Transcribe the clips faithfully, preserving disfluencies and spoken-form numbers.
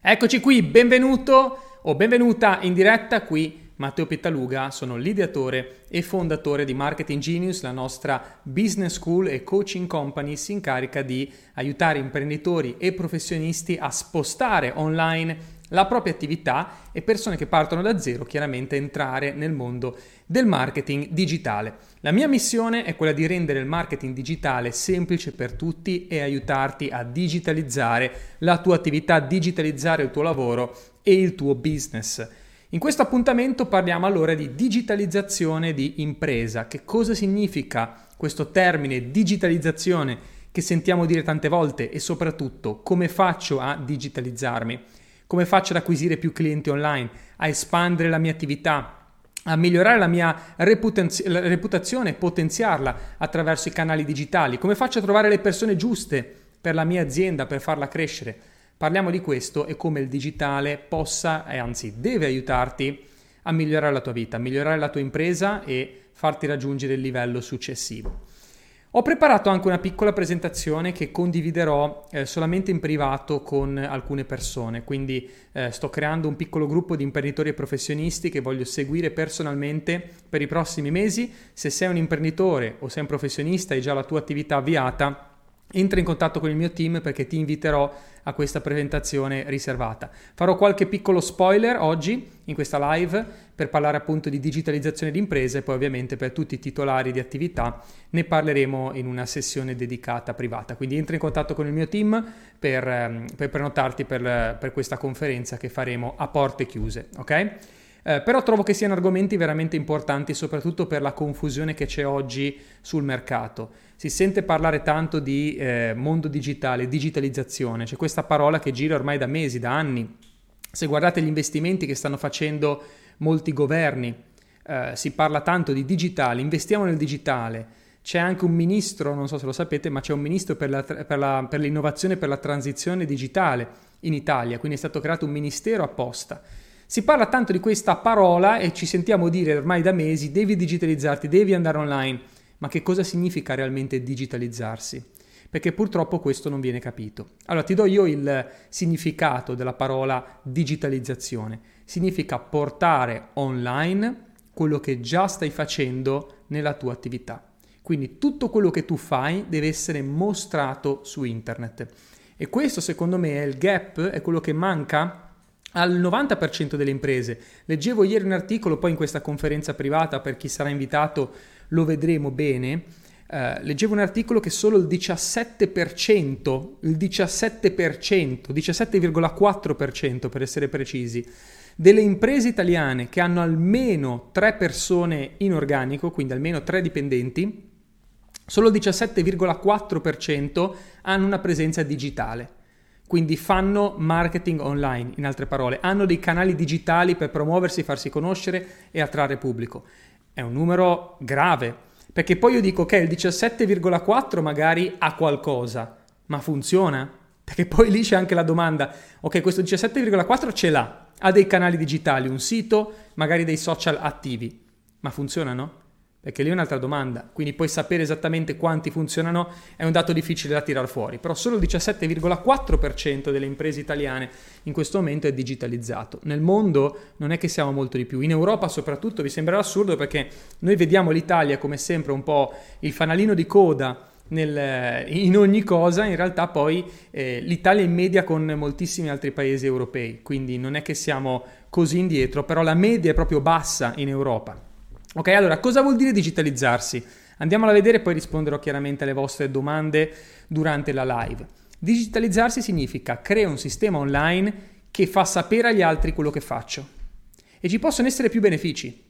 Eccoci qui, benvenuto o benvenuta in diretta qui. Matteo Pittaluga, sono l'ideatore e fondatore di Marketing Genius, la nostra business school e coaching company si incarica di aiutare imprenditori e professionisti a spostare online la propria attività e persone che partono da zero chiaramente entrare nel mondo del marketing digitale. La mia missione è quella di rendere il marketing digitale semplice per tutti e aiutarti a digitalizzare la tua attività, digitalizzare il tuo lavoro e il tuo business. In questo appuntamento parliamo allora di digitalizzazione di impresa. Che cosa significa questo termine digitalizzazione che sentiamo dire tante volte e soprattutto come faccio a digitalizzarmi? Come faccio ad acquisire più clienti online, a espandere la mia attività, a migliorare la mia reputaz- la reputazione e potenziarla attraverso i canali digitali? Come faccio a trovare le persone giuste per la mia azienda, per farla crescere? Parliamo di questo e come il digitale possa e anzi deve aiutarti a migliorare la tua vita, a migliorare la tua impresa e farti raggiungere il livello successivo. Ho preparato anche una piccola presentazione che condividerò eh, solamente in privato con alcune persone, quindi eh, sto creando un piccolo gruppo di imprenditori e professionisti che voglio seguire personalmente per i prossimi mesi. Se sei un imprenditore o sei un professionista e hai già la tua attività avviata, entra in contatto con il mio team perché ti inviterò a questa presentazione riservata. Farò qualche piccolo spoiler oggi in questa live per parlare appunto di digitalizzazione di imprese e poi ovviamente per tutti i titolari di attività ne parleremo in una sessione dedicata privata. Quindi entra in contatto con il mio team per, per prenotarti per, per questa conferenza che faremo a porte chiuse, ok? Eh, però trovo che siano argomenti veramente importanti soprattutto per la confusione che c'è oggi sul mercato. Si sente parlare tanto di eh, mondo digitale, digitalizzazione, c'è questa parola che gira ormai da mesi, da anni. Se guardate gli investimenti che stanno facendo molti governi, eh, si parla tanto di digitale, investiamo nel digitale. C'è anche un ministro, non so se lo sapete, ma c'è un ministro per, la, per, la, per l'innovazione e per la transizione digitale in Italia, quindi è stato creato un ministero apposta. Si parla tanto di questa parola e ci sentiamo dire ormai da mesi: devi digitalizzarti, devi andare online. Ma che cosa significa realmente digitalizzarsi? Perché purtroppo questo non viene capito. Allora ti do io il significato della parola digitalizzazione. Significa portare online quello che già stai facendo nella tua attività. Quindi tutto quello che tu fai deve essere mostrato su internet. E questo secondo me è il gap, è quello che manca al novanta per cento delle imprese. Leggevo ieri un articolo, poi in questa conferenza privata per chi sarà invitato lo vedremo bene. Uh, leggevo un articolo che solo il diciassette per cento, il diciassette per cento, diciassette virgola quattro per cento per essere precisi, delle imprese italiane che hanno almeno tre persone in organico, quindi almeno tre dipendenti, solo il diciassette virgola quattro per cento hanno una presenza digitale. Quindi fanno marketing online, in altre parole, hanno dei canali digitali per promuoversi, farsi conoscere e attrarre pubblico. È un numero grave, perché poi io dico che okay, il diciassette virgola quattro magari ha qualcosa, ma funziona? Perché poi lì c'è anche la domanda, ok, questo diciassette virgola quattro ce l'ha, ha dei canali digitali, un sito, magari dei social attivi, ma funzionano? Perché lì è un'altra domanda, quindi poi sapere esattamente quanti funzionano è un dato difficile da tirar fuori, però solo il diciassette virgola quattro per cento delle imprese italiane in questo momento è digitalizzato. Nel mondo non è che siamo molto di più, in Europa soprattutto vi sembrerà assurdo perché noi vediamo l'Italia come sempre un po' il fanalino di coda nel, in ogni cosa, in realtà poi eh, l'Italia è in media con moltissimi altri paesi europei, quindi non è che siamo così indietro, però la media è proprio bassa in Europa. Ok, allora cosa vuol dire digitalizzarsi? Andiamola a vedere e poi risponderò chiaramente alle vostre domande durante la live. Digitalizzarsi significa creare un sistema online che fa sapere agli altri quello che faccio. E ci possono essere più benefici.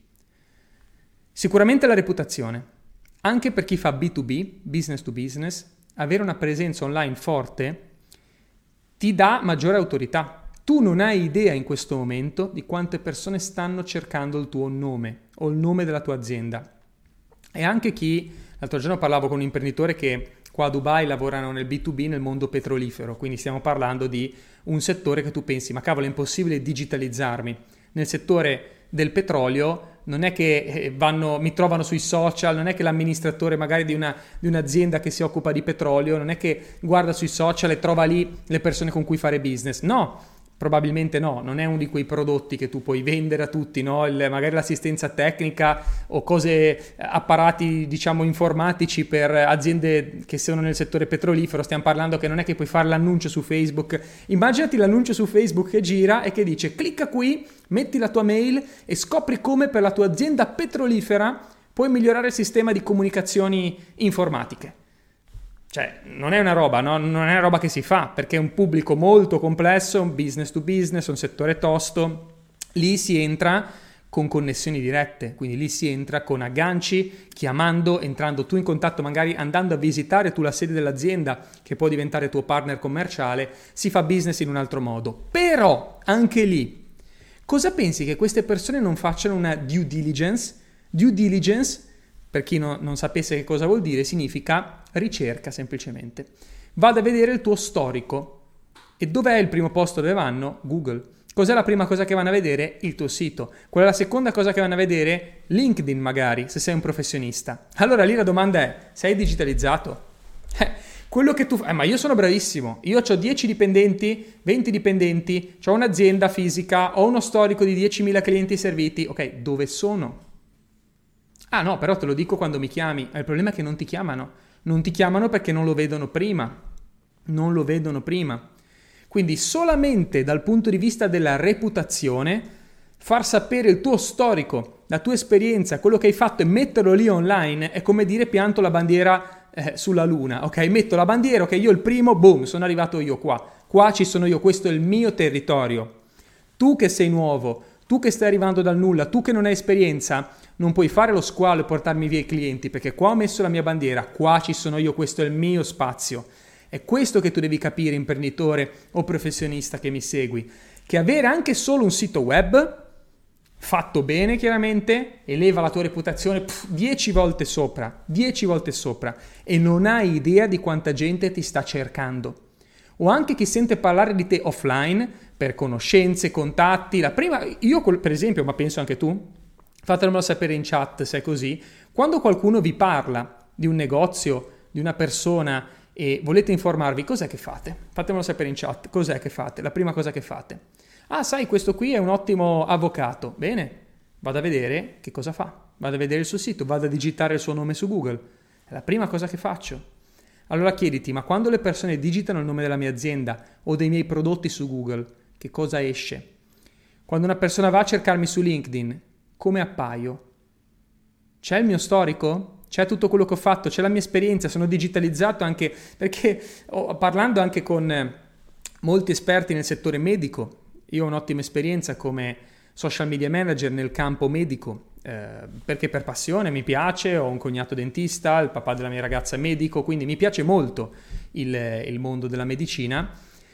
Sicuramente la reputazione. Anche per chi fa B due B, business to business, avere una presenza online forte ti dà maggiore autorità. Tu non hai idea in questo momento di quante persone stanno cercando il tuo nome o il nome della tua azienda. E anche chi, l'altro giorno parlavo con un imprenditore che qua a Dubai lavorano nel B due B nel mondo petrolifero, quindi stiamo parlando di un settore che tu pensi, ma cavolo, è impossibile digitalizzarmi. Nel settore del petrolio non è che vanno, mi trovano sui social, non è che l'amministratore magari di, una, di un'azienda che si occupa di petrolio, non è che guarda sui social e trova lì le persone con cui fare business, no. Probabilmente no, non è uno di quei prodotti che tu puoi vendere a tutti, no? Il, magari l'assistenza tecnica o cose, apparati diciamo informatici per aziende che sono nel settore petrolifero. Stiamo parlando che non è che puoi fare l'annuncio su Facebook. Immaginati l'annuncio su Facebook che gira e che dice clicca qui, metti la tua mail e scopri come per la tua azienda petrolifera puoi migliorare il sistema di comunicazioni informatiche. Cioè, non è una roba, no? Non è una roba che si fa, perché è un pubblico molto complesso, un business to business, un settore tosto. Lì si entra con connessioni dirette, quindi lì si entra con agganci, chiamando, entrando tu in contatto, magari andando a visitare tu la sede dell'azienda, che può diventare tuo partner commerciale, si fa business in un altro modo. Però, anche lì, cosa pensi che queste persone non facciano una due diligence? Due diligence, per chi no, non sapesse che cosa vuol dire, significa ricerca semplicemente. Vado a vedere il tuo storico. E dov'è il primo posto dove vanno? Google. Cos'è la prima cosa che vanno a vedere? Il tuo sito. Qual è la seconda cosa che vanno a vedere? LinkedIn magari, se sei un professionista. Allora lì la domanda è, sei digitalizzato? Eh, quello che tu fai, eh, ma io sono bravissimo, io ho dieci dipendenti, venti dipendenti, ho un'azienda fisica, ho uno storico di diecimila clienti serviti. Ok, dove sono? Ah no, però te lo dico quando mi chiami. Il problema è che non ti chiamano. Non ti chiamano perché non lo vedono prima. Non lo vedono prima. Quindi solamente dal punto di vista della reputazione, far sapere il tuo storico, la tua esperienza, quello che hai fatto e metterlo lì online è come dire pianto la bandiera eh, sulla luna. Ok, metto la bandiera, ok, io il primo, boom, sono arrivato io qua. Qua ci sono io, questo è il mio territorio. Tu che sei nuovo, tu che stai arrivando dal nulla, tu che non hai esperienza, non puoi fare lo squalo e portarmi via i clienti, perché qua ho messo la mia bandiera, qua ci sono io, questo è il mio spazio. È questo che tu devi capire, imprenditore o professionista che mi segui, che avere anche solo un sito web, fatto bene chiaramente, eleva la tua reputazione dieci volte sopra, dieci volte sopra, e non hai idea di quanta gente ti sta cercando. O anche chi sente parlare di te offline, per conoscenze, contatti. La prima, io per esempio, ma penso anche tu, fatemelo sapere in chat se è così, quando qualcuno vi parla di un negozio, di una persona e volete informarvi, cos'è che fate? Fatemelo sapere in chat, cos'è che fate? La prima cosa che fate. Ah, sai, questo qui è un ottimo avvocato. Bene, vado a vedere che cosa fa. Vado a vedere il suo sito, vado a digitare il suo nome su Google. È la prima cosa che faccio. Allora chiediti, ma quando le persone digitano il nome della mia azienda o dei miei prodotti su Google, che cosa esce? Quando una persona va a cercarmi su LinkedIn, come appaio? C'è il mio storico? C'è tutto quello che ho fatto? C'è la mia esperienza? Sono digitalizzato anche perché oh, parlando anche con eh, molti esperti nel settore medico, io ho un'ottima esperienza come social media manager nel campo medico, eh, perché per passione mi piace, ho un cognato dentista, il papà della mia ragazza è medico, quindi mi piace molto il, il mondo della medicina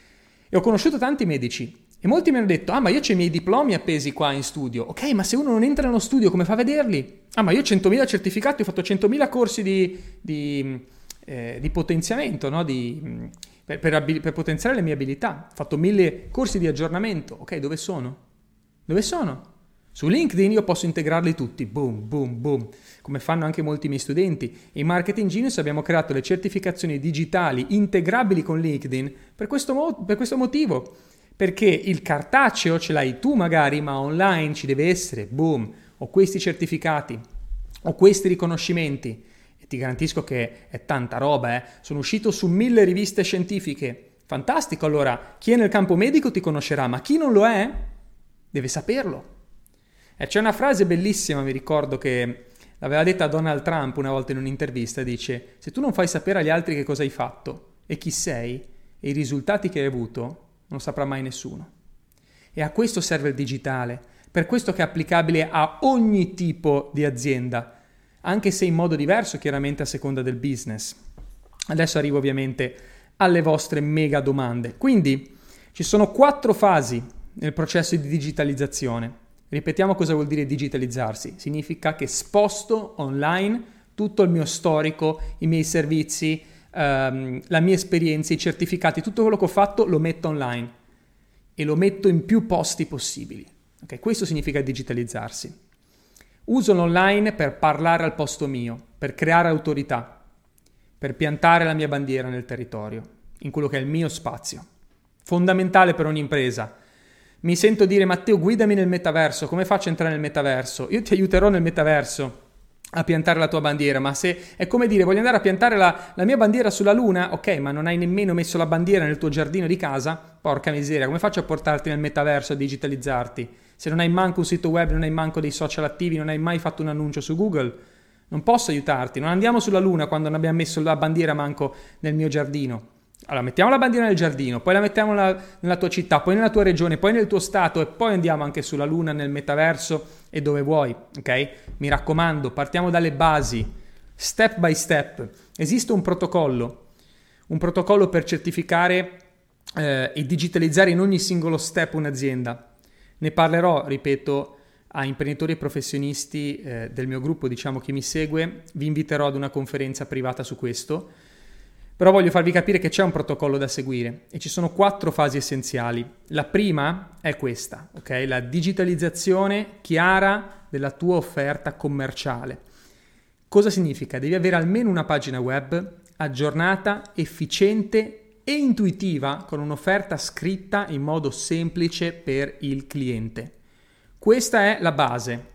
e ho conosciuto tanti medici. E molti mi hanno detto, ah ma io ho i miei diplomi appesi qua in studio. Ok, ma se uno non entra nello studio come fa a vederli? Ah ma io ho centomila certificati, ho fatto centomila corsi di, di, eh, di potenziamento, no? di, per, per, abil- per potenziare le mie abilità. Ho fatto mille corsi di aggiornamento. Ok, dove sono? Dove sono? Su LinkedIn io posso integrarli tutti, boom, boom, boom, come fanno anche molti miei studenti. In Marketing Genius abbiamo creato le certificazioni digitali integrabili con LinkedIn per questo, mo- per questo motivo. Perché il cartaceo ce l'hai tu magari, ma online ci deve essere, boom, ho questi certificati, ho questi riconoscimenti e ti garantisco che è tanta roba, eh. Sono uscito su mille riviste scientifiche, fantastico. Allora, chi è nel campo medico ti conoscerà, ma chi non lo è deve saperlo. E c'è una frase bellissima, mi ricordo che l'aveva detta Donald Trump una volta in un'intervista, dice: se tu non fai sapere agli altri che cosa hai fatto e chi sei e i risultati che hai avuto, non saprà mai nessuno. E a questo serve il digitale, per questo che è applicabile a ogni tipo di azienda, anche se in modo diverso chiaramente a seconda del business. Adesso arrivo ovviamente alle vostre mega domande. Quindi ci sono quattro fasi nel processo di digitalizzazione. Ripetiamo cosa vuol dire digitalizzarsi. Significa che sposto online tutto il mio storico, i miei servizi, Um, la mia esperienza, i certificati, tutto quello che ho fatto lo metto online e lo metto in più posti possibili. Okay? Questo significa digitalizzarsi. Uso l'online per parlare al posto mio, per creare autorità, per piantare la mia bandiera nel territorio, in quello che è il mio spazio. Fondamentale per ogni impresa. Mi sento dire: Matteo, guidami nel metaverso, come faccio a entrare nel metaverso? Io ti aiuterò nel metaverso a piantare la tua bandiera, ma se è come dire: voglio andare a piantare la, la mia bandiera sulla luna, ok, ma non hai nemmeno messo la bandiera nel tuo giardino di casa, porca miseria, come faccio a portarti nel metaverso, a digitalizzarti? Se non hai manco un sito web, non hai manco dei social attivi, non hai mai fatto un annuncio su Google, non posso aiutarti. Non andiamo sulla luna quando non abbiamo messo la bandiera manco nel mio giardino. Allora, mettiamo la bandiera nel giardino, poi la mettiamo nella, nella tua città, poi nella tua regione, poi nel tuo stato, e poi andiamo anche sulla luna, nel metaverso e dove vuoi, ok? Mi raccomando, partiamo dalle basi, step by step. Esiste un protocollo, un protocollo per certificare eh, e digitalizzare in ogni singolo step un'azienda. Ne parlerò, ripeto, a imprenditori e professionisti eh, del mio gruppo, diciamo, chi mi segue. Vi inviterò ad una conferenza privata su questo. Però voglio farvi capire che c'è un protocollo da seguire e ci sono quattro fasi essenziali. La prima è questa, ok? La digitalizzazione chiara della tua offerta commerciale. Cosa significa? Devi avere almeno una pagina web aggiornata, efficiente e intuitiva, con un'offerta scritta in modo semplice per il cliente. Questa è la base.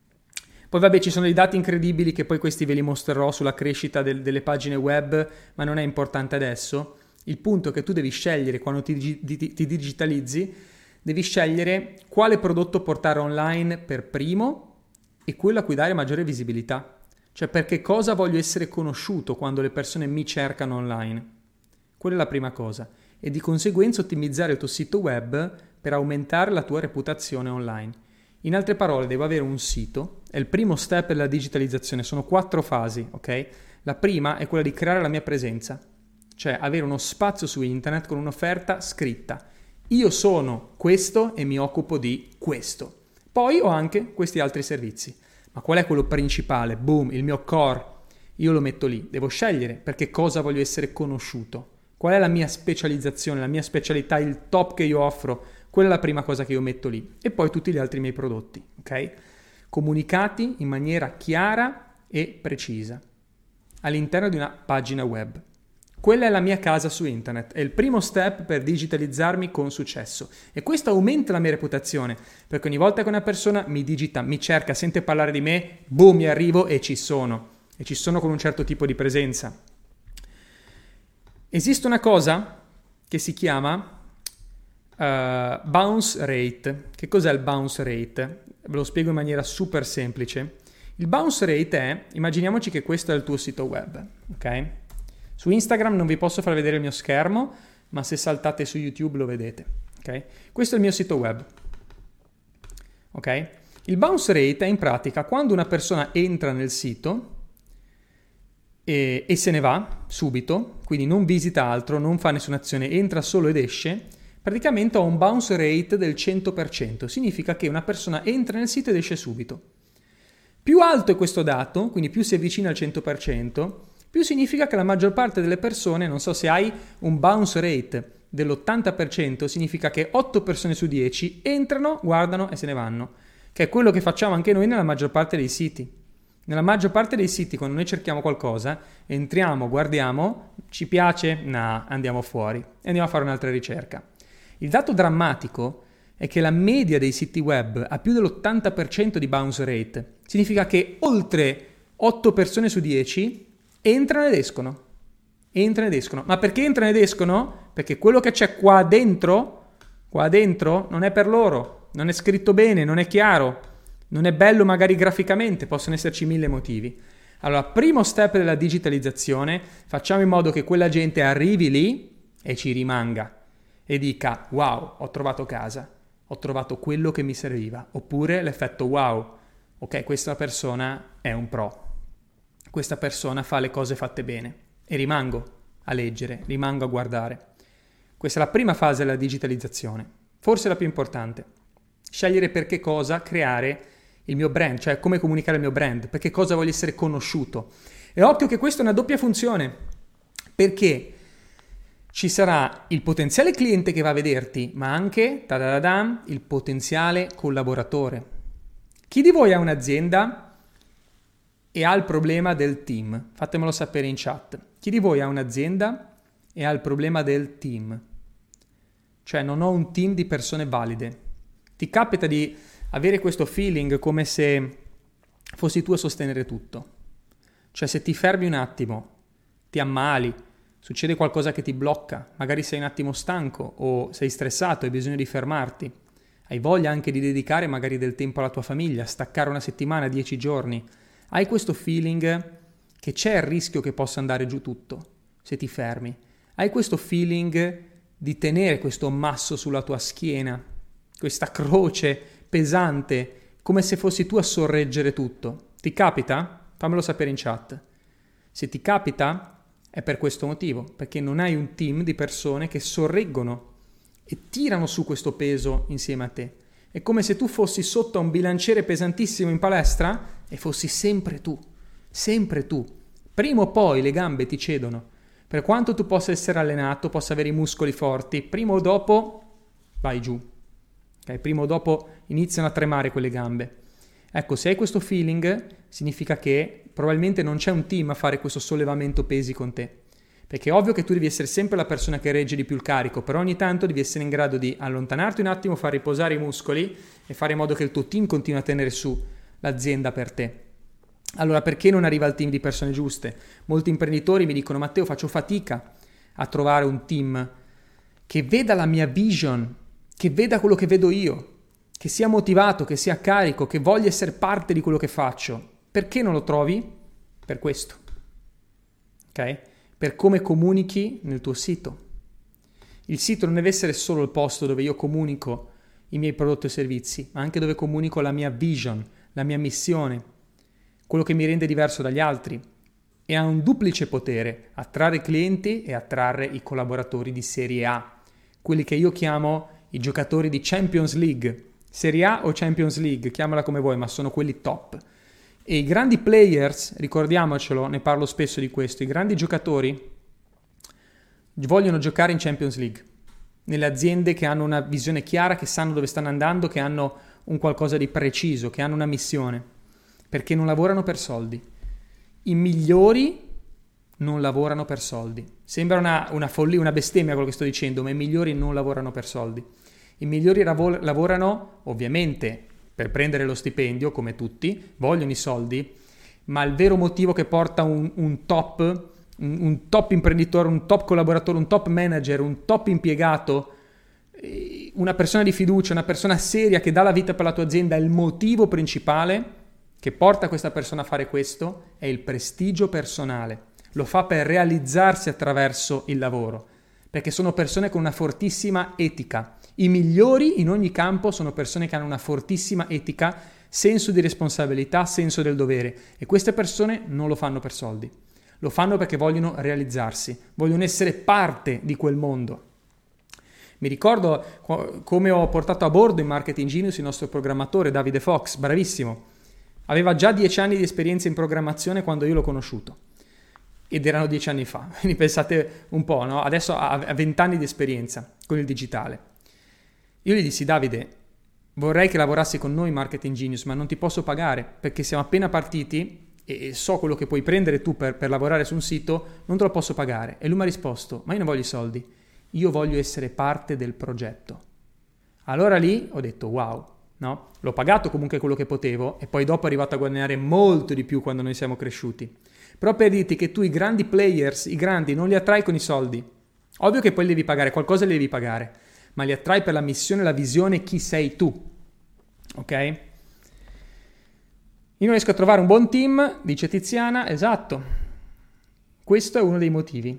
Poi vabbè, ci sono dei dati incredibili che poi questi ve li mostrerò sulla crescita del, delle pagine web, ma non è importante adesso. Il punto è che tu devi scegliere, quando ti, ti, ti digitalizzi, devi scegliere quale prodotto portare online per primo e quello a cui dare maggiore visibilità. Cioè, per che cosa voglio essere conosciuto quando le persone mi cercano online. Quella è la prima cosa. E di conseguenza ottimizzare il tuo sito web per aumentare la tua reputazione online. In altre parole, devo avere un sito, è il primo step della digitalizzazione, sono quattro fasi, ok? La prima è quella di creare la mia presenza, cioè avere uno spazio su internet con un'offerta scritta. Io sono questo e mi occupo di questo. Poi ho anche questi altri servizi. Ma qual è quello principale? Boom, il mio core. Io lo metto lì, devo scegliere per che cosa voglio essere conosciuto. Qual è la mia specializzazione, la mia specialità, il top che io offro? Quella è la prima cosa che io metto lì. E poi tutti gli altri miei prodotti, ok? Comunicati in maniera chiara e precisa all'interno di una pagina web. Quella è la mia casa su internet, è il primo step per digitalizzarmi con successo. E questo aumenta la mia reputazione, perché ogni volta che una persona mi digita, mi cerca, sente parlare di me, boom, mi arrivo e ci sono. E ci sono con un certo tipo di presenza. Esiste una cosa che si chiama Uh, bounce rate. Che cos'è il bounce rate? Ve lo spiego in maniera super semplice. Il bounce rate è, immaginiamoci che questo è il tuo sito web, ok? Su Instagram non vi posso far vedere il mio schermo, ma se saltate su YouTube lo vedete, ok? Questo è il mio sito web, ok? Il bounce rate è in pratica quando una persona entra nel sito e, e se ne va subito, quindi non visita altro, non fa nessuna azione, entra solo ed esce. Praticamente ho un bounce rate del cento per cento, significa che una persona entra nel sito ed esce subito. Più alto è questo dato, quindi più si avvicina al cento per cento, più significa che la maggior parte delle persone, non so se hai un bounce rate dell'ottanta per cento, significa che otto persone su dieci entrano, guardano e se ne vanno, che è quello che facciamo anche noi nella maggior parte dei siti. Nella maggior parte dei siti, quando noi cerchiamo qualcosa, entriamo, guardiamo, ci piace? No, andiamo fuori e andiamo a fare un'altra ricerca. Il dato drammatico è che la media dei siti web ha più dell'ottanta per cento di bounce rate. Significa che oltre otto persone su dieci entrano ed escono. Entrano ed escono. Ma perché entrano ed escono? Perché quello che c'è qua dentro, qua dentro, non è per loro. Non è scritto bene, non è chiaro, non è bello magari graficamente, possono esserci mille motivi. Allora, primo step della digitalizzazione, facciamo in modo che quella gente arrivi lì e ci rimanga. E dica: wow, ho trovato casa, ho trovato quello che mi serviva. Oppure l'effetto wow, ok, questa persona è un pro, questa persona fa le cose fatte bene, e rimango a leggere, rimango a guardare. Questa è la prima fase della digitalizzazione, forse la più importante. Scegliere per che cosa creare il mio brand, cioè come comunicare il mio brand, per che cosa voglio essere conosciuto. E occhio che questa è una doppia funzione, perché ci sarà il potenziale cliente che va a vederti, ma anche, tadadadam, il potenziale collaboratore. Chi di voi ha un'azienda e ha il problema del team? Fatemelo sapere in chat. Chi di voi ha un'azienda e ha il problema del team? Cioè non ho un team di persone valide. Ti capita di avere questo feeling come se fossi tu a sostenere tutto. Cioè se ti fermi un attimo, ti ammali, succede qualcosa che ti blocca, magari sei un attimo stanco o sei stressato e hai bisogno di fermarti, hai voglia anche di dedicare magari del tempo alla tua famiglia, staccare una settimana, dieci giorni, hai questo feeling che c'è il rischio che possa andare giù tutto se ti fermi, hai questo feeling di tenere questo masso sulla tua schiena, questa croce pesante, come se fossi tu a sorreggere tutto. Ti capita? Fammelo sapere in chat. Se ti capita è per questo motivo, perché non hai un team di persone che sorreggono e tirano su questo peso insieme a te. È come se tu fossi sotto a un bilanciere pesantissimo in palestra e fossi sempre tu, sempre tu. Prima o poi le gambe ti cedono. Per quanto tu possa essere allenato, possa avere i muscoli forti, prima o dopo vai giù. Okay? Prima o dopo iniziano a tremare quelle gambe. Ecco, se hai questo feeling, significa che probabilmente non c'è un team a fare questo sollevamento pesi con te. Perché è ovvio che tu devi essere sempre la persona che regge di più il carico, però ogni tanto devi essere in grado di allontanarti un attimo, far riposare i muscoli e fare in modo che il tuo team continui a tenere su l'azienda per te. Allora, perché non arriva il team di persone giuste? Molti imprenditori mi dicono: Matteo, faccio fatica a trovare un team che veda la mia vision, che veda quello che vedo io, che sia motivato, che sia carico, che voglia essere parte di quello che faccio. Perché non lo trovi? Per questo. Ok? Per come comunichi nel tuo sito. Il sito non deve essere solo il posto dove io comunico i miei prodotti e servizi, ma anche dove comunico la mia vision, la mia missione, quello che mi rende diverso dagli altri. E ha un duplice potere: attrarre clienti e attrarre i collaboratori di Serie A, quelli che io chiamo i giocatori di Champions League. Serie A o Champions League, chiamala come vuoi, ma sono quelli top. E i grandi players, ricordiamocelo, ne parlo spesso di questo, i grandi giocatori vogliono giocare in Champions League, nelle aziende che hanno una visione chiara, che sanno dove stanno andando, che hanno un qualcosa di preciso, che hanno una missione, perché non lavorano per soldi. I migliori non lavorano per soldi. Sembra una, una follia, una bestemmia quello che sto dicendo, ma i migliori non lavorano per soldi. I migliori lav- lavorano ovviamente per prendere lo stipendio, come tutti, vogliono i soldi, ma il vero motivo che porta un, un top, un, un top imprenditore, un top collaboratore, un top manager, un top impiegato, una persona di fiducia, una persona seria che dà la vita per la tua azienda, il motivo principale che porta questa persona a fare questo è il prestigio personale. Lo fa per realizzarsi attraverso il lavoro, perché sono persone con una fortissima etica. I migliori in ogni campo sono persone che hanno una fortissima etica, senso di responsabilità, senso del dovere, e queste persone non lo fanno per soldi, lo fanno perché vogliono realizzarsi, vogliono essere parte di quel mondo. Mi ricordo come ho portato a bordo in Marketing Genius il nostro programmatore Davide Fox, bravissimo, aveva già dieci anni di esperienza in programmazione quando io l'ho conosciuto, ed erano dieci anni fa, quindi pensate un po', no? Adesso ha venti anni di esperienza con il digitale. Io gli dissi: Davide, vorrei che lavorassi con noi Marketing Genius, ma non ti posso pagare perché siamo appena partiti e so quello che puoi prendere tu per, per lavorare su un sito, non te lo posso pagare. E lui mi ha risposto: ma io non voglio i soldi, io voglio essere parte del progetto. Allora lì ho detto wow, no? L'ho pagato comunque quello che potevo e poi dopo è arrivato a guadagnare molto di più quando noi siamo cresciuti. Però per dirti che tu i grandi players, i grandi, non li attrai con i soldi. Ovvio che poi li devi pagare, qualcosa li devi pagare, ma li attrai per la missione, la visione, chi sei tu, ok? Io non riesco a trovare un buon team, dice Tiziana, esatto, questo è uno dei motivi.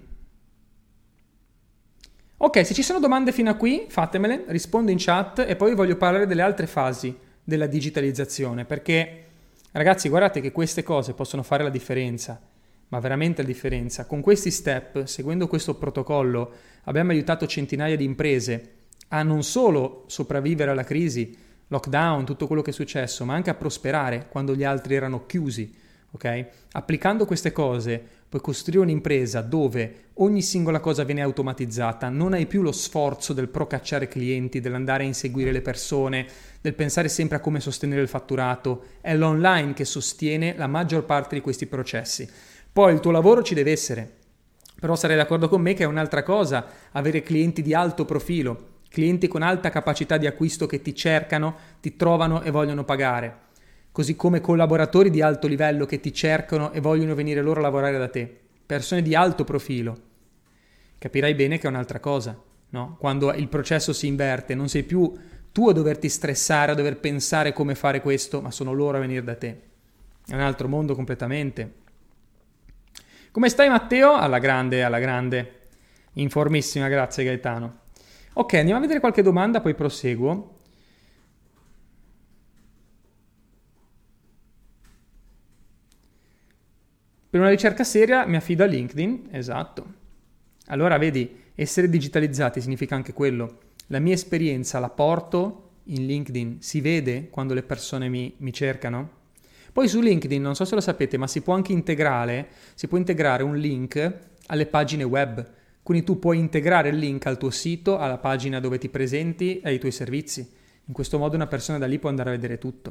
Ok, se ci sono domande fino a qui, fatemele, rispondo in chat e poi voglio parlare delle altre fasi della digitalizzazione, perché ragazzi guardate che queste cose possono fare la differenza, ma veramente la differenza. Con questi step, seguendo questo protocollo, abbiamo aiutato centinaia di imprese a non solo sopravvivere alla crisi, lockdown, tutto quello che è successo, ma anche a prosperare quando gli altri erano chiusi, ok? Applicando queste cose puoi costruire un'impresa dove ogni singola cosa viene automatizzata, non hai più lo sforzo del procacciare clienti, dell'andare a inseguire le persone, del pensare sempre a come sostenere il fatturato, è l'online che sostiene la maggior parte di questi processi. Poi il tuo lavoro ci deve essere, però sarei d'accordo con me che è un'altra cosa avere clienti di alto profilo, clienti con alta capacità di acquisto che ti cercano, ti trovano e vogliono pagare, così come collaboratori di alto livello che ti cercano e vogliono venire loro a lavorare da te, persone di alto profilo. Capirai bene che è un'altra cosa, no? Quando il processo si inverte, non sei più tu a doverti stressare, a dover pensare come fare questo, ma sono loro a venire da te. È un altro mondo completamente. Come stai, Matteo? Alla grande, alla grande. Informissima, grazie Gaetano. Ok, andiamo a vedere qualche domanda, poi proseguo. Per una ricerca seria mi affido a LinkedIn, esatto. Allora vedi, essere digitalizzati significa anche quello. La mia esperienza la porto in LinkedIn, si vede quando le persone mi, mi cercano. Poi su LinkedIn, non so se lo sapete, ma si può anche integrare, si può integrare un link alle pagine web. Quindi tu puoi integrare il link al tuo sito, alla pagina dove ti presenti e ai tuoi servizi. In questo modo una persona da lì può andare a vedere tutto.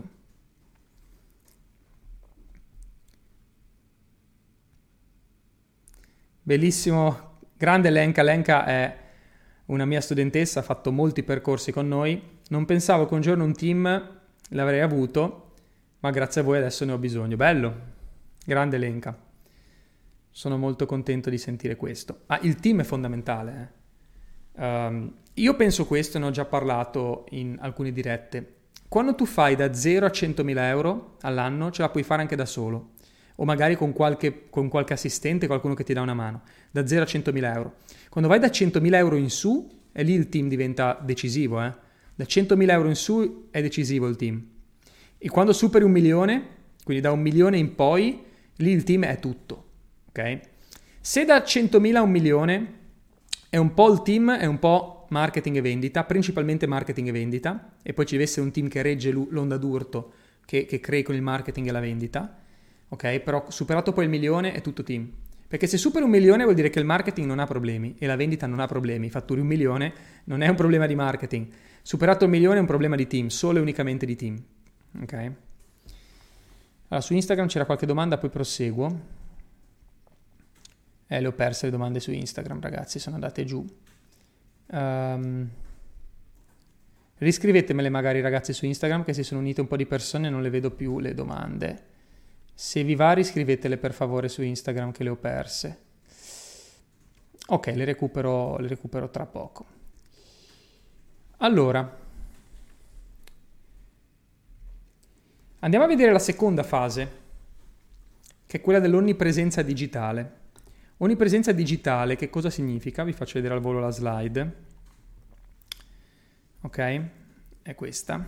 Bellissimo, grande Lenka. Lenka è una mia studentessa, ha fatto molti percorsi con noi. Non pensavo che un giorno un team l'avrei avuto, ma grazie a voi adesso ne ho bisogno. Bello, grande Lenka. Sono molto contento di sentire questo. Ah, il team è fondamentale. Eh? Um, io penso questo, ne ho già parlato in alcune dirette. Quando tu fai da zero a centomila euro all'anno, ce la puoi fare anche da solo. O magari con qualche, con qualche assistente, qualcuno che ti dà una mano. Da zero a centomila euro. Quando vai da centomila euro in su, e lì il team diventa decisivo. Eh? Da centomila euro in su è decisivo il team. E quando superi un milione, quindi da un milione in poi, lì il team è tutto. Okay? Se da centomila a un milione è un po' il team, è un po' marketing e vendita, principalmente marketing e vendita, e poi ci deve essere un team che regge l'onda d'urto che, che crei con il marketing e la vendita, ok? Però superato poi il milione è tutto team. Perché se superi un milione vuol dire che il marketing non ha problemi e la vendita non ha problemi. Fatturi un milione non è un problema di marketing. Superato il milione è un problema di team, solo e unicamente di team. Ok? Allora, su Instagram c'era qualche domanda, poi proseguo. Eh, le ho perse le domande su Instagram, ragazzi, sono andate giù. Um, riscrivetemele magari, ragazzi, su Instagram, che si sono unite un po' di persone e non le vedo più le domande. Se vi va, riscrivetele per favore su Instagram, che le ho perse. Ok, le recupero, le recupero tra poco. Allora, andiamo a vedere la seconda fase, che è quella dell'onnipresenza digitale. Onnipresenza digitale, che cosa significa? Vi faccio vedere al volo la slide. Ok, è questa.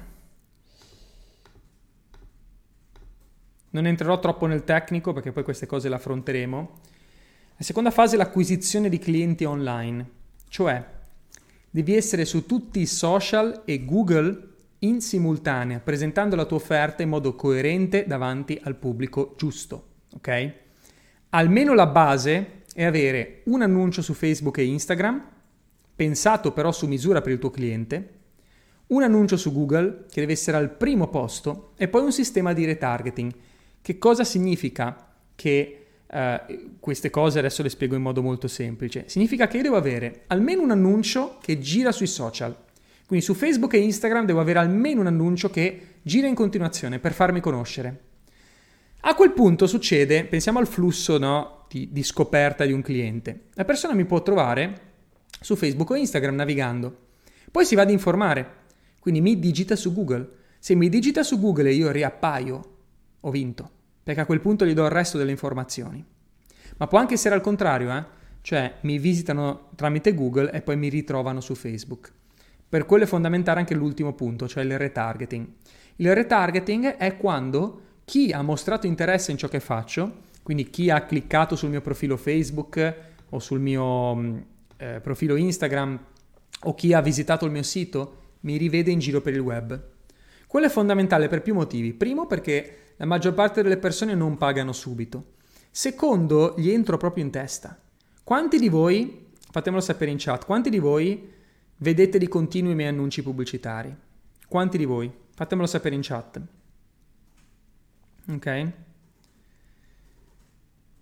Non entrerò troppo nel tecnico perché poi queste cose le affronteremo. La seconda fase è l'acquisizione di clienti online, cioè devi essere su tutti i social e Google in simultanea, presentando la tua offerta in modo coerente davanti al pubblico giusto, ok? Almeno la base è avere un annuncio su Facebook e Instagram, pensato però su misura per il tuo cliente, un annuncio su Google che deve essere al primo posto e poi un sistema di retargeting. Che cosa significa che uh, queste cose adesso le spiego in modo molto semplice? Significa che io devo avere almeno un annuncio che gira sui social. Quindi su Facebook e Instagram devo avere almeno un annuncio che gira in continuazione per farmi conoscere. A quel punto succede, pensiamo al flusso, no, di, di scoperta di un cliente. La persona mi può trovare su Facebook o Instagram navigando. Poi si va ad informare, quindi mi digita su Google. Se mi digita su Google e io riappaio, ho vinto, perché a quel punto gli do il resto delle informazioni. Ma può anche essere al contrario, eh? Cioè mi visitano tramite Google e poi mi ritrovano su Facebook. Per quello è fondamentale anche l'ultimo punto, cioè il retargeting. Il retargeting è quando chi ha mostrato interesse in ciò che faccio, quindi chi ha cliccato sul mio profilo Facebook o sul mio eh, profilo Instagram o chi ha visitato il mio sito, mi rivede in giro per il web. Quello è fondamentale per più motivi. Primo, perché la maggior parte delle persone non pagano subito. Secondo, gli entro proprio in testa. Quanti di voi, fatemelo sapere in chat, quanti di voi vedete di continuo i miei annunci pubblicitari? Quanti di voi? Fatemelo sapere in chat. Ok?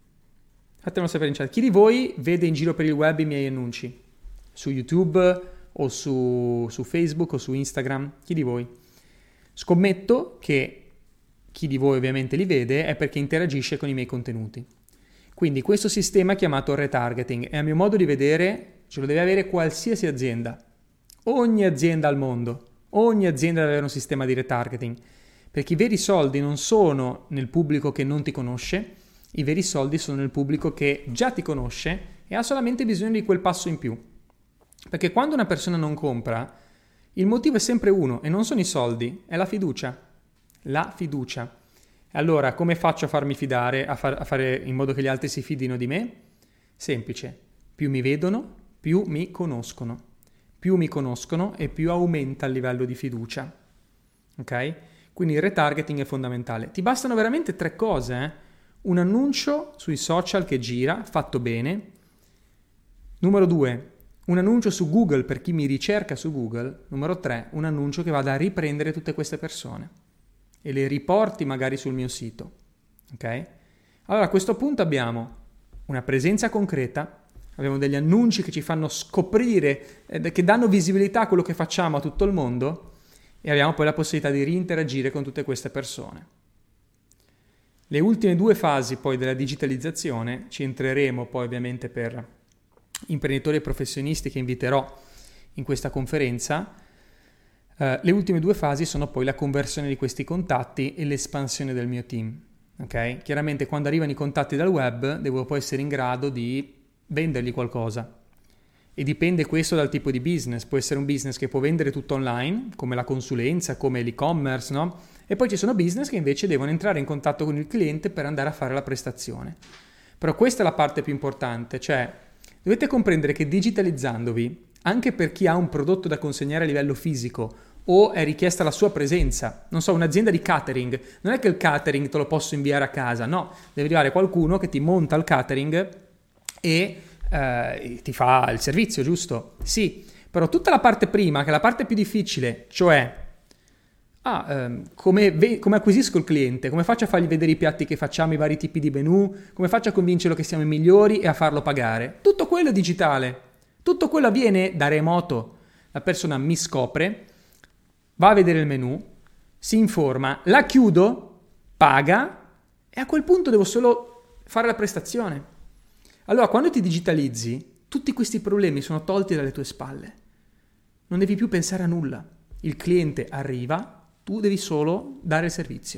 Fatemelo sapere in chat. Chi di voi vede in giro per il web i miei annunci? Su YouTube o su, su Facebook o su Instagram, chi di voi? Scommetto che chi di voi ovviamente li vede è perché interagisce con i miei contenuti. Quindi questo sistema è chiamato retargeting e a mio modo di vedere ce lo deve avere qualsiasi azienda. Ogni azienda al mondo, ogni azienda deve avere un sistema di retargeting, perché i veri soldi non sono nel pubblico che non ti conosce, i veri soldi sono nel pubblico che già ti conosce e ha solamente bisogno di quel passo in più. Perché quando una persona non compra, il motivo è sempre uno e non sono i soldi, è la fiducia. La fiducia. Allora, come faccio a farmi fidare, a, far, a fare in modo che gli altri si fidino di me? Semplice. Più mi vedono, più mi conoscono. Più mi conoscono e più aumenta il livello di fiducia. Ok? Quindi il retargeting è fondamentale. Ti bastano veramente tre cose, eh? Un annuncio sui social che gira, fatto bene. Numero due, un annuncio su Google per chi mi ricerca su Google. Numero tre, un annuncio che vada a riprendere tutte queste persone e le riporti magari sul mio sito. Ok? Allora a questo punto abbiamo una presenza concreta, abbiamo degli annunci che ci fanno scoprire, eh, che danno visibilità a quello che facciamo a tutto il mondo e abbiamo poi la possibilità di rinteragire con tutte queste persone. Le ultime due fasi poi della digitalizzazione ci entreremo poi ovviamente per imprenditori e professionisti che inviterò in questa conferenza. Uh, le ultime due fasi sono poi la conversione di questi contatti e l'espansione del mio team. Okay? Chiaramente quando arrivano i contatti dal web devo poi essere in grado di vendergli qualcosa e dipende questo dal tipo di business. Può essere un business che può vendere tutto online, come la consulenza, come l'e-commerce, no? E poi ci sono business che invece devono entrare in contatto con il cliente per andare a fare la prestazione. Però questa è la parte più importante, cioè dovete comprendere che digitalizzandovi, anche per chi ha un prodotto da consegnare a livello fisico o è richiesta la sua presenza, non so, un'azienda di catering, non è che il catering te lo posso inviare a casa, no, deve arrivare qualcuno che ti monta il catering e eh, ti fa il servizio, giusto? Sì, però tutta la parte prima, che è la parte più difficile, cioè ah, ehm, come, ve- come acquisisco il cliente, come faccio a fargli vedere i piatti che facciamo, i vari tipi di menù, come faccio a convincerlo che siamo i migliori e a farlo pagare, tutto quello è digitale, tutto quello avviene da remoto. La persona mi scopre, va a vedere il menù, si informa, la chiudo, paga e a quel punto devo solo fare la prestazione. Allora, quando ti digitalizzi, tutti questi problemi sono tolti dalle tue spalle. Non devi più pensare a nulla. Il cliente arriva, tu devi solo dare il servizio.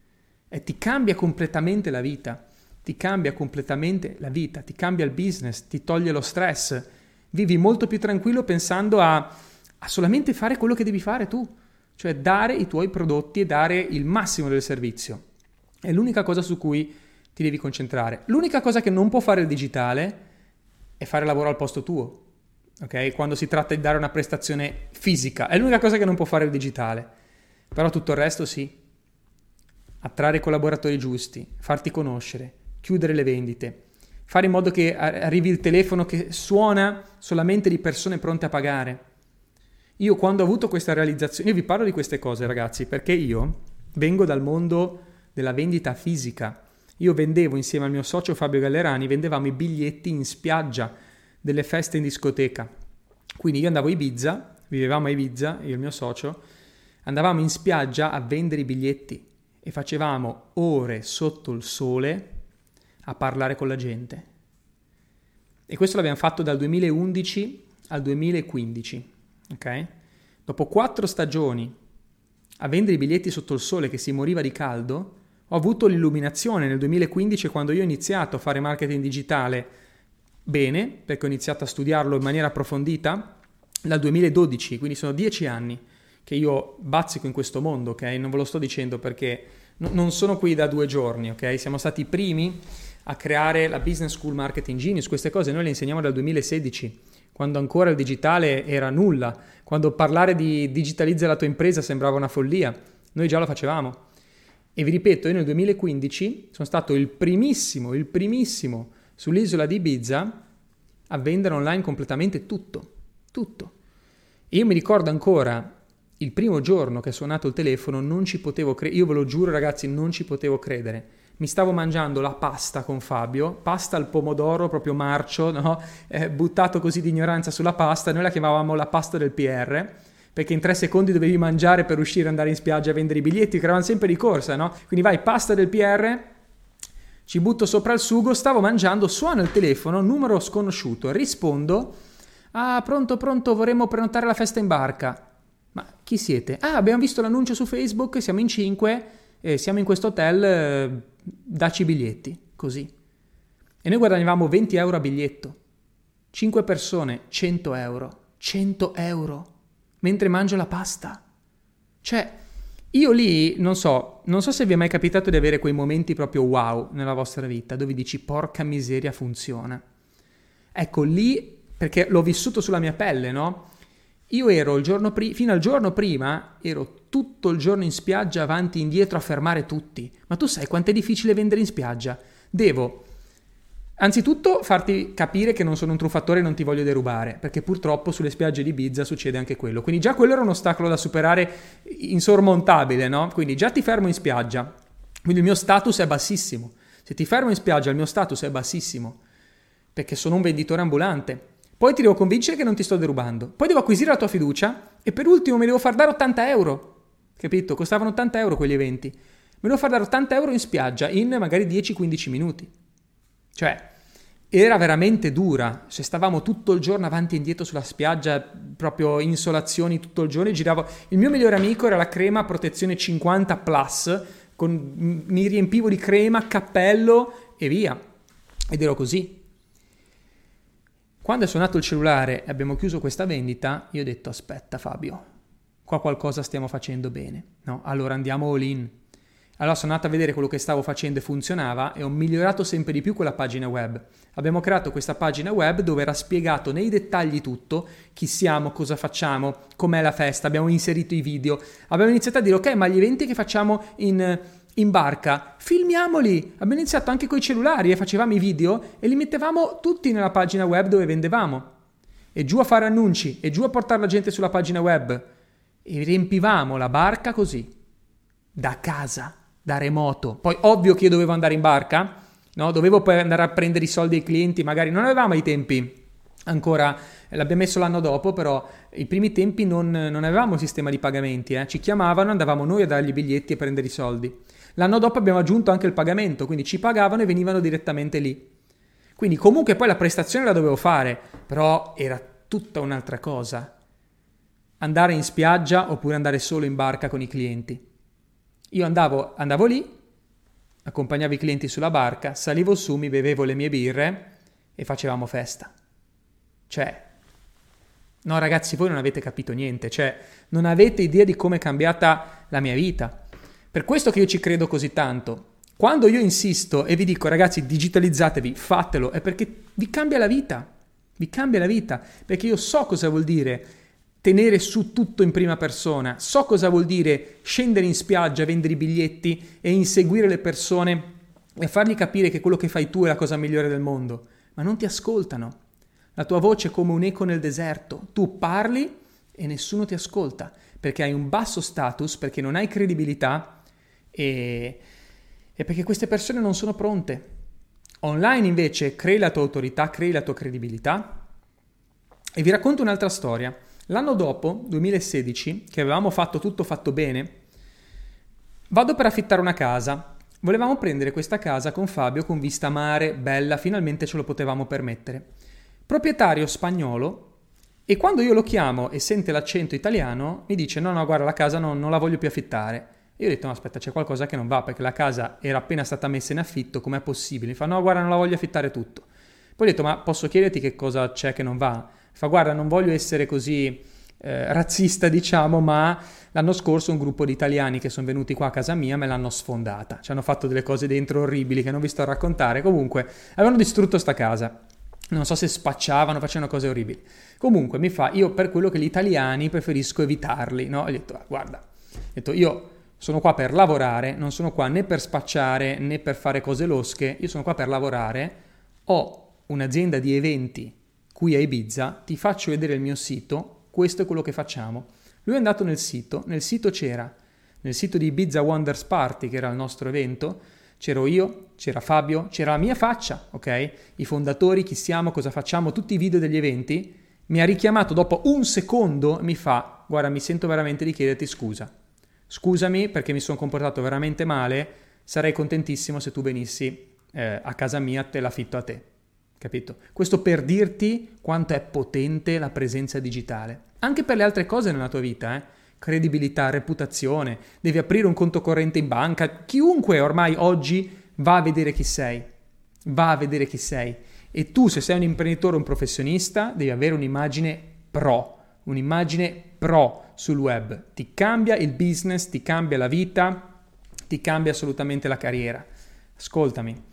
E ti cambia completamente la vita. Ti cambia completamente la vita, ti cambia il business, ti toglie lo stress. Vivi molto più tranquillo pensando a, a solamente fare quello che devi fare tu. Cioè dare i tuoi prodotti e dare il massimo del servizio. È l'unica cosa su cui ti devi concentrare. L'unica cosa che non può fare il digitale è fare lavoro al posto tuo. Ok? Quando si tratta di dare una prestazione fisica, è l'unica cosa che non può fare il digitale. Però tutto il resto sì. Attrarre i collaboratori giusti, farti conoscere, chiudere le vendite, fare in modo che arrivi il telefono che suona solamente di persone pronte a pagare. Io quando ho avuto questa realizzazione, io vi parlo di queste cose ragazzi, perché io vengo dal mondo della vendita fisica. Io vendevo insieme al mio socio Fabio Gallerani, vendevamo i biglietti in spiaggia delle feste in discoteca. Quindi io andavo a Ibiza, vivevamo a Ibiza, io e il mio socio, andavamo in spiaggia a vendere i biglietti e facevamo ore sotto il sole a parlare con la gente. E questo l'abbiamo fatto dal duemilaundici al duemilaquindici, ok? Dopo quattro stagioni a vendere i biglietti sotto il sole che si moriva di caldo, ho avuto l'illuminazione nel duemilaquindici quando io ho iniziato a fare marketing digitale bene, perché ho iniziato a studiarlo in maniera approfondita dal duemiladodici, quindi sono dieci anni che io bazzico in questo mondo, ok? Non ve lo sto dicendo perché no, non sono qui da due giorni, ok? Siamo stati i primi a creare la Business School Marketing Genius, queste cose noi le insegniamo dal duemilasedici, quando ancora il digitale era nulla, quando parlare di digitalizza la tua impresa sembrava una follia, noi già lo facevamo. E vi ripeto, io nel duemilaquindici sono stato il primissimo, il primissimo sull'isola di Ibiza a vendere online completamente tutto, tutto. E io mi ricordo ancora il primo giorno che è suonato il telefono, non ci potevo credere, io ve lo giuro ragazzi, non ci potevo credere. mi stavo mangiando la pasta con Fabio, pasta al pomodoro proprio marcio, no? eh, buttato così di ignoranza sulla pasta, noi la chiamavamo la pasta del P R, perché in tre secondi dovevi mangiare per uscire, andare in spiaggia a vendere i biglietti, che eravamo sempre di corsa, no? Quindi vai, pasta del P R, ci butto sopra il sugo, stavo mangiando, suona il telefono, numero sconosciuto, rispondo, ah pronto pronto, vorremmo prenotare la festa in barca. Ma chi siete? Ah, abbiamo visto l'annuncio su Facebook, siamo in cinque, eh, siamo in questo hotel, eh, dacci i biglietti, così. E noi guadagnavamo venti euro a biglietto. cinque persone, cento euro. cento euro. Mentre mangio la pasta. Cioè, io lì, non so, non so se vi è mai capitato di avere quei momenti proprio wow nella vostra vita, dove dici, porca miseria, funziona. Ecco, lì, perché l'ho vissuto sulla mia pelle, no? Io ero il giorno prima, fino al giorno prima, ero tutto il giorno in spiaggia, avanti e indietro a fermare tutti. Ma tu sai quanto è difficile vendere in spiaggia? Devo, anzitutto, farti capire che non sono un truffatore e non ti voglio derubare, perché purtroppo sulle spiagge di Ibiza succede anche quello. Quindi già quello era un ostacolo da superare insormontabile, no? Quindi già ti fermo in spiaggia, quindi il mio status è bassissimo. Se ti fermo in spiaggia il mio status è bassissimo, perché sono un venditore ambulante. Poi ti devo convincere che non ti sto derubando. Poi devo acquisire la tua fiducia e per ultimo mi devo far dare ottanta euro. Capito? Costavano ottanta euro quegli eventi. Mi devo far dare ottanta euro in spiaggia in magari dieci quindici minuti. Cioè, era veramente dura. Se stavamo tutto il giorno avanti e indietro sulla spiaggia, proprio insolazioni tutto il giorno, e giravo. Il mio migliore amico era la crema protezione cinquanta plus, con, mi riempivo di crema, cappello e via. Ed ero così. Quando è suonato il cellulare e abbiamo chiuso questa vendita, io ho detto, aspetta Fabio, qua qualcosa stiamo facendo bene, no? Allora andiamo all in. Allora sono andato a vedere quello che stavo facendo e funzionava e ho migliorato sempre di più quella pagina web. Abbiamo creato questa pagina web dove era spiegato nei dettagli tutto, chi siamo, cosa facciamo, com'è la festa, abbiamo inserito i video, abbiamo iniziato a dire, ok, ma gli eventi che facciamo in... in barca, filmiamoli. Abbiamo iniziato anche con i cellulari e facevamo i video e li mettevamo tutti nella pagina web dove vendevamo. E giù a fare annunci, e giù a portare la gente sulla pagina web. E riempivamo la barca così, da casa, da remoto. Poi ovvio che io dovevo andare in barca, no? Dovevo poi andare a prendere i soldi ai clienti, magari non avevamo i tempi ancora, l'abbiamo messo l'anno dopo, però i primi tempi non, non avevamo il sistema di pagamenti, eh? Ci chiamavano, andavamo noi a dargli i biglietti e prendere i soldi. L'anno dopo abbiamo aggiunto anche il pagamento, quindi ci pagavano e venivano direttamente lì. Quindi comunque poi la prestazione la dovevo fare, però era tutta un'altra cosa. Andare in spiaggia oppure andare solo in barca con i clienti. Io andavo, andavo lì, accompagnavo i clienti sulla barca, salivo su, mi bevevo le mie birre e facevamo festa. Cioè, no ragazzi, voi non avete capito niente, cioè non avete idea di come è cambiata la mia vita. Per questo che io ci credo così tanto. Quando io insisto e vi dico ragazzi digitalizzatevi, fatelo, è perché vi cambia la vita, vi cambia la vita, perché io so cosa vuol dire tenere su tutto in prima persona, so cosa vuol dire scendere in spiaggia, vendere i biglietti e inseguire le persone e fargli capire che quello che fai tu è la cosa migliore del mondo, ma non ti ascoltano. La tua voce è come un eco nel deserto, tu parli e nessuno ti ascolta, perché hai un basso status, perché non hai credibilità e, e perché queste persone non sono pronte. Online invece crei la tua autorità, crei la tua credibilità. E vi racconto un'altra storia. L'anno dopo, duemilasedici, che avevamo fatto tutto fatto bene, vado per affittare una casa. Volevamo prendere questa casa con Fabio con vista mare, bella, finalmente ce lo potevamo permettere. Proprietario spagnolo, e quando io lo chiamo e sente l'accento italiano mi dice no no guarda la casa non, non la voglio più affittare. Io ho detto no aspetta, c'è qualcosa che non va, perché la casa era appena stata messa in affitto, com'è possibile? Mi fa no guarda non la voglio affittare tutto. Poi ho detto ma posso chiederti che cosa c'è che non va? Fa guarda non voglio essere così eh, razzista diciamo, ma l'anno scorso un gruppo di italiani che sono venuti qua a casa mia me l'hanno sfondata, ci hanno fatto delle cose dentro orribili che non vi sto a raccontare, comunque avevano distrutto sta casa. Non so se spacciavano, facevano cose orribili. Comunque mi fa, io per quello che gli italiani preferisco evitarli, no? Ho detto, ah, guarda, ho detto, io sono qua per lavorare, non sono qua né per spacciare né per fare cose losche, io sono qua per lavorare, ho un'azienda di eventi qui a Ibiza, ti faccio vedere il mio sito, questo è quello che facciamo. Lui è andato nel sito, nel sito c'era, nel sito di Ibiza Wonders Party, che era il nostro evento, C'ero io, c'era Fabio, c'era la mia faccia, ok? I fondatori, chi siamo, cosa facciamo, tutti i video degli eventi. Mi ha richiamato dopo un secondo e mi fa: guarda, mi sento veramente di chiederti scusa. Scusami perché mi sono comportato veramente male, sarei contentissimo se tu venissi eh, a casa mia, te l'affitto a te. Capito? Questo per dirti quanto è potente la presenza digitale. Anche per le altre cose nella tua vita, eh? Credibilità, reputazione, devi aprire un conto corrente in banca. Chiunque ormai oggi va a vedere chi sei, va a vedere chi sei. E tu, se sei un imprenditore o un professionista, devi avere un'immagine pro, un'immagine pro sul web. Ti cambia il business, ti cambia la vita, ti cambia assolutamente la carriera. Ascoltami.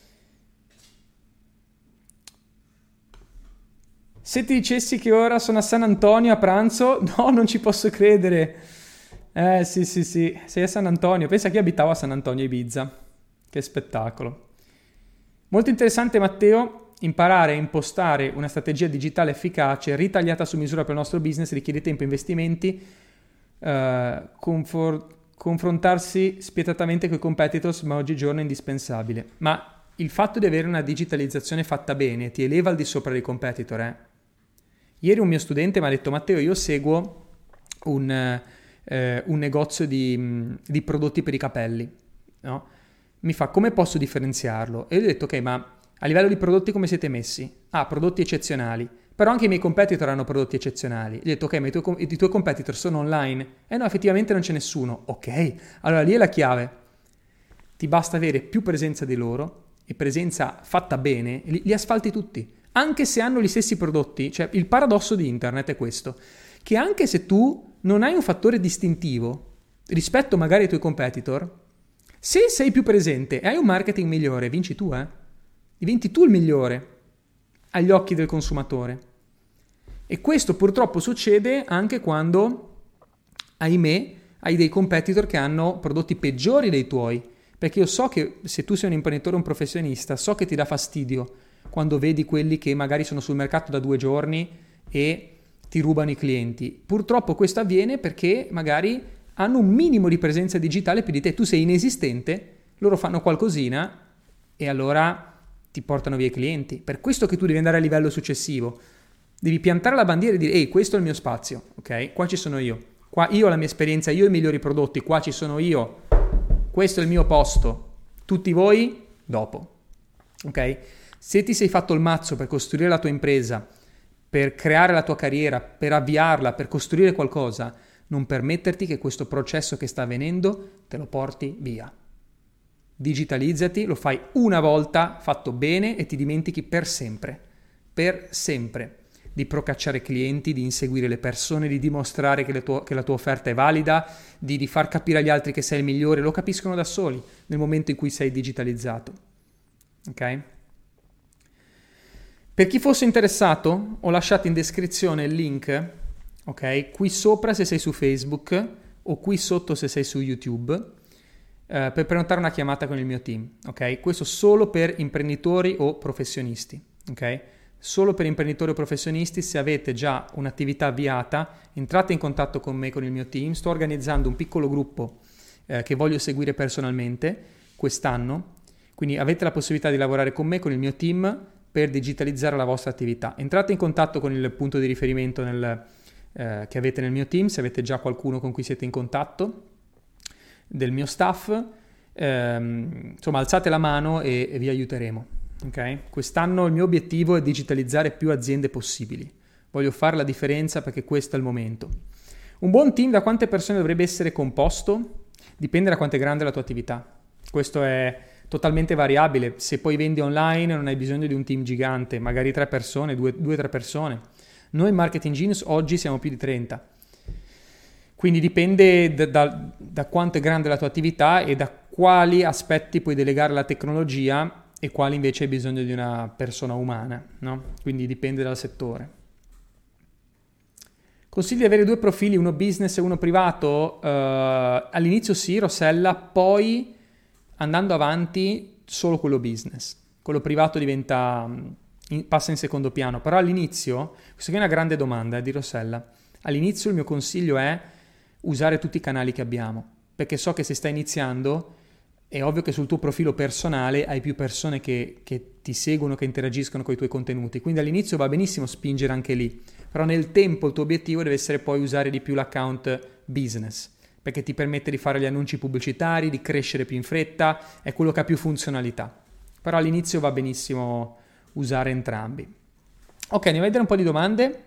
Se ti dicessi che ora sono a San Antonio a pranzo, no, non ci posso credere. Eh sì sì sì, sei a San Antonio. Pensa che io abitavo a San Antonio Ibiza. Che spettacolo. Molto interessante, Matteo. Imparare a impostare una strategia digitale efficace, ritagliata su misura per il nostro business, richiede tempo e investimenti, eh, confor- confrontarsi spietatamente con i competitors, ma oggigiorno è indispensabile. Ma il fatto di avere una digitalizzazione fatta bene ti eleva al di sopra dei competitor, eh? Ieri un mio studente mi ha detto: Matteo, io seguo un, eh, un negozio di, di prodotti per i capelli, no? Mi fa: come posso differenziarlo? E io gli ho detto: ok, ma a livello di prodotti come siete messi? Ah, prodotti eccezionali. Però anche i miei competitor hanno prodotti eccezionali. Gli ho detto: ok, ma i tuoi, i tuoi competitor sono online? Eh no, effettivamente non c'è nessuno. Ok, allora lì è la chiave. Ti basta avere più presenza di loro, e presenza fatta bene, li, li asfalti tutti. Anche se hanno gli stessi prodotti. Cioè, il paradosso di internet è questo, che anche se tu non hai un fattore distintivo rispetto magari ai tuoi competitor, se sei più presente e hai un marketing migliore, vinci tu, eh? Diventi tu il migliore agli occhi del consumatore. E questo purtroppo succede anche quando, ahimè, hai dei competitor che hanno prodotti peggiori dei tuoi. Perché io so che se tu sei un imprenditore o un professionista, so che ti dà fastidio quando vedi quelli che magari sono sul mercato da due giorni e ti rubano i clienti. Purtroppo questo avviene perché magari hanno un minimo di presenza digitale più di te. Tu sei inesistente, loro fanno qualcosina e allora ti portano via i clienti. Per questo che tu devi andare a livello successivo. Devi piantare la bandiera e dire: ehi, questo è il mio spazio, ok? Qua ci sono io. Qua io ho la mia esperienza, io ho i migliori prodotti, qua ci sono io. Questo è il mio posto. Tutti voi dopo. Ok? Se ti sei fatto il mazzo per costruire la tua impresa, per creare la tua carriera, per avviarla, per costruire qualcosa, non permetterti che questo processo che sta avvenendo te lo porti via. Digitalizzati, lo fai una volta, fatto bene, e ti dimentichi per sempre. Per sempre. Di procacciare clienti, di inseguire le persone, di dimostrare che, le tuo, che la tua offerta è valida, di, di far capire agli altri che sei il migliore. Lo capiscono da soli nel momento in cui sei digitalizzato. Ok? Per chi fosse interessato, ho lasciato in descrizione il link, ok? Qui sopra se sei su Facebook o qui sotto se sei su YouTube, eh, per prenotare una chiamata con il mio team, ok? Questo solo per imprenditori o professionisti, ok? Solo per imprenditori o professionisti. Se avete già un'attività avviata, entrate in contatto con me, con il mio team. Sto organizzando un piccolo gruppo eh, che voglio seguire personalmente quest'anno, quindi avete la possibilità di lavorare con me, con il mio team, per digitalizzare la vostra attività. Entrate in contatto con il punto di riferimento nel, eh, che avete nel mio team, se avete già qualcuno con cui siete in contatto, del mio staff, ehm, insomma alzate la mano e, e vi aiuteremo. Okay? Quest'anno il mio obiettivo è digitalizzare più aziende possibili. Voglio fare la differenza perché questo è il momento. Un buon team da quante persone dovrebbe essere composto? Dipende da quanto è grande la tua attività. Questo è totalmente variabile. Se poi vendi online non hai bisogno di un team gigante, magari tre persone, due o tre persone. Noi in Marketing Genius oggi siamo più di trenta. Quindi dipende da, da, da quanto è grande la tua attività e da quali aspetti puoi delegare la tecnologia e quali invece hai bisogno di una persona umana, no? Quindi dipende dal settore. Consigli di avere due profili, uno business e uno privato? Uh, all'inizio sì, Rossella, poi andando avanti solo quello business. Quello privato diventa, in, passa in secondo piano, però all'inizio, questa qui è una grande domanda eh, di Rossella, all'inizio il mio consiglio è usare tutti i canali che abbiamo, perché so che se stai iniziando è ovvio che sul tuo profilo personale hai più persone che, che ti seguono, che interagiscono con i tuoi contenuti, quindi all'inizio va benissimo spingere anche lì, però nel tempo il tuo obiettivo deve essere poi usare di più l'account business, perché ti permette di fare gli annunci pubblicitari, di crescere più in fretta, è quello che ha più funzionalità, però all'inizio va benissimo usare entrambi. Ok, andiamo a vedere un po' di domande.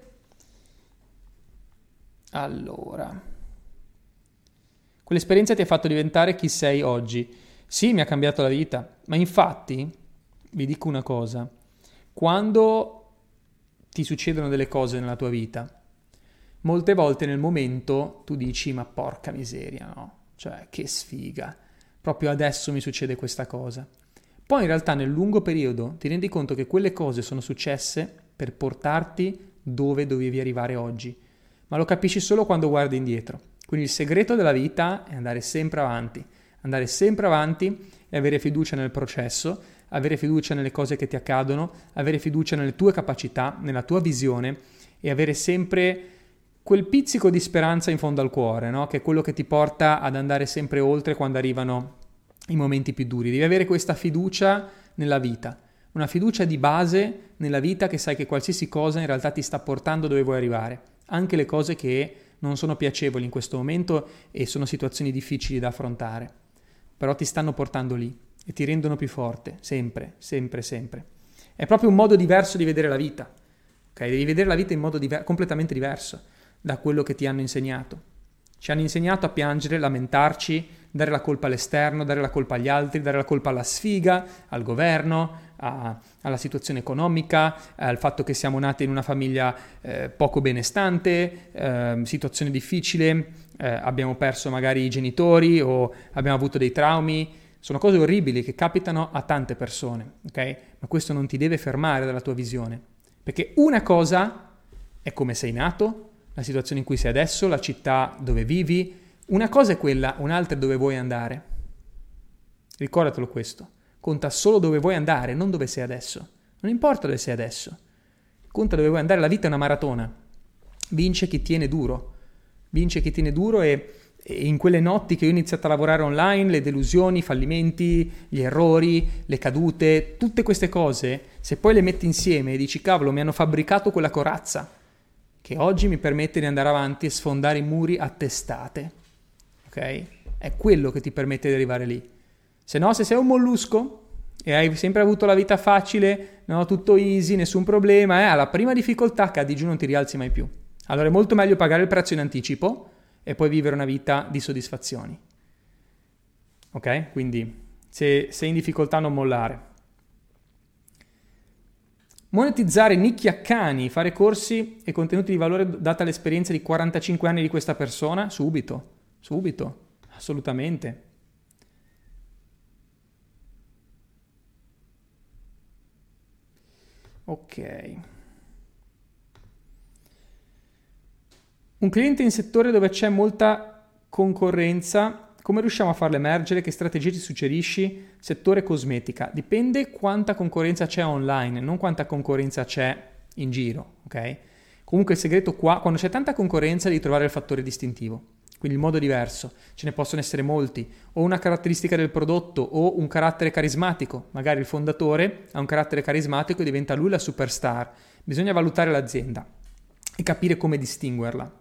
Allora, quell'esperienza ti ha fatto diventare chi sei oggi? Sì, mi ha cambiato la vita, ma infatti vi dico una cosa, quando ti succedono delle cose nella tua vita, molte volte nel momento tu dici ma porca miseria, no? Cioè che sfiga, proprio adesso mi succede questa cosa. Poi in realtà nel lungo periodo ti rendi conto che quelle cose sono successe per portarti dove dovevi arrivare oggi, ma lo capisci solo quando guardi indietro. Quindi il segreto della vita è andare sempre avanti, andare sempre avanti e avere fiducia nel processo, avere fiducia nelle cose che ti accadono, avere fiducia nelle tue capacità, nella tua visione e avere sempre quel pizzico di speranza in fondo al cuore, no? Che è quello che ti porta ad andare sempre oltre quando arrivano i momenti più duri. Devi avere questa fiducia nella vita, una fiducia di base nella vita che sai che qualsiasi cosa in realtà ti sta portando dove vuoi arrivare, anche le cose che non sono piacevoli in questo momento e sono situazioni difficili da affrontare, però ti stanno portando lì e ti rendono più forte, sempre, sempre, sempre. È proprio un modo diverso di vedere la vita, ok? Devi vedere la vita in modo diver- completamente diverso da quello che ti hanno insegnato. Ci hanno insegnato a piangere, lamentarci, dare la colpa all'esterno, dare la colpa agli altri, dare la colpa alla sfiga, al governo, a, alla situazione economica, al fatto che siamo nati in una famiglia eh, poco benestante, eh, situazione difficile, eh, abbiamo perso magari i genitori o abbiamo avuto dei traumi. Sono cose orribili che capitano a tante persone, ok? Ma questo non ti deve fermare dalla tua visione, perché una cosa è come sei nato, la situazione in cui sei adesso, la città dove vivi. Una cosa è quella, un'altra è dove vuoi andare. Ricordatelo questo. Conta solo dove vuoi andare, non dove sei adesso. Non importa dove sei adesso. Conta dove vuoi andare. La vita è una maratona. Vince chi tiene duro. Vince chi tiene duro e, e in quelle notti che io ho iniziato a lavorare online, le delusioni, i fallimenti, gli errori, le cadute, tutte queste cose, se poi le metti insieme e dici cavolo, mi hanno fabbricato quella corazza che oggi mi permette di andare avanti e sfondare i muri a testate, ok? È quello che ti permette di arrivare lì. Se no, se sei un mollusco e hai sempre avuto la vita facile, no, tutto easy, nessun problema, eh, alla prima difficoltà cadi giù, non ti rialzi mai più. Allora è molto meglio pagare il prezzo in anticipo e poi vivere una vita di soddisfazioni. Ok? Quindi se sei in difficoltà non mollare. Monetizzare nicchie cani, fare corsi e contenuti di valore data l'esperienza di quarantacinque anni di questa persona? Subito, subito, assolutamente. Ok. Un cliente in settore dove c'è molta concorrenza, come riusciamo a farlo emergere? Che strategie ti suggerisci? Settore cosmetica. Dipende quanta concorrenza c'è online, non quanta concorrenza c'è in giro, ok? Comunque il segreto qua, quando c'è tanta concorrenza, è di trovare il fattore distintivo. Quindi il modo diverso. Ce ne possono essere molti. O una caratteristica del prodotto o un carattere carismatico. Magari il fondatore ha un carattere carismatico e diventa lui la superstar. Bisogna valutare l'azienda e capire come distinguerla.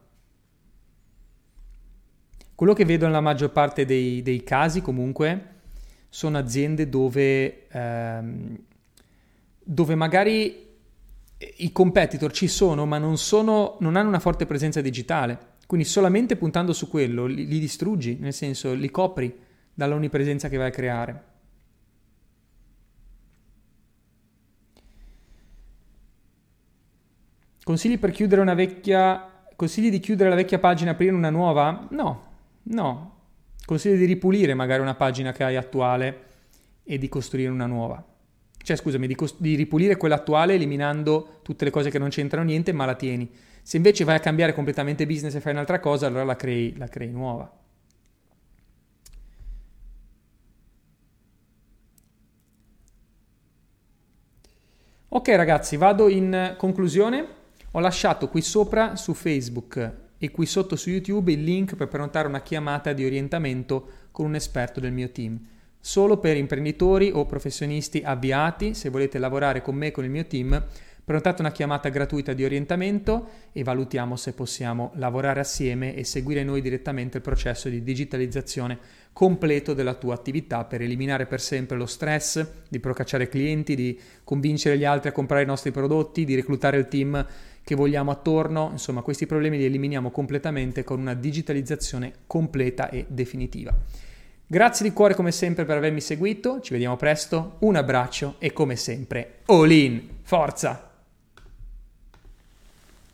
Quello che vedo nella maggior parte dei, dei casi comunque sono aziende dove, ehm, dove magari i competitor ci sono ma non, sono, non hanno una forte presenza digitale, quindi solamente puntando su quello li, li distruggi, nel senso li copri dalla onnipresenza che vai a creare. Consigli per chiudere una vecchia consigli di chiudere la vecchia pagina e aprire una nuova? No. No, consiglio di ripulire magari una pagina che hai attuale e di costruire una nuova. Cioè, scusami, di, cos- di ripulire quella attuale eliminando tutte le cose che non c'entrano niente, ma la tieni. Se invece vai a cambiare completamente business e fai un'altra cosa, allora la crei, la crei nuova. Ok ragazzi, vado in conclusione. Ho lasciato qui sopra su Facebook e qui sotto su YouTube il link per prenotare una chiamata di orientamento con un esperto del mio team. solo per imprenditori o professionisti avviati. Se volete lavorare con me, con il mio team, prenotate una chiamata gratuita di orientamento e valutiamo se possiamo lavorare assieme e seguire noi direttamente il processo di digitalizzazione completo della tua attività per eliminare per sempre lo stress di procacciare clienti, di convincere gli altri a comprare i nostri prodotti, di reclutare il team che vogliamo attorno. Insomma, questi problemi li eliminiamo completamente con una digitalizzazione completa e definitiva. Grazie di cuore come sempre per avermi seguito, ci vediamo presto, un abbraccio e come sempre, all in, forza!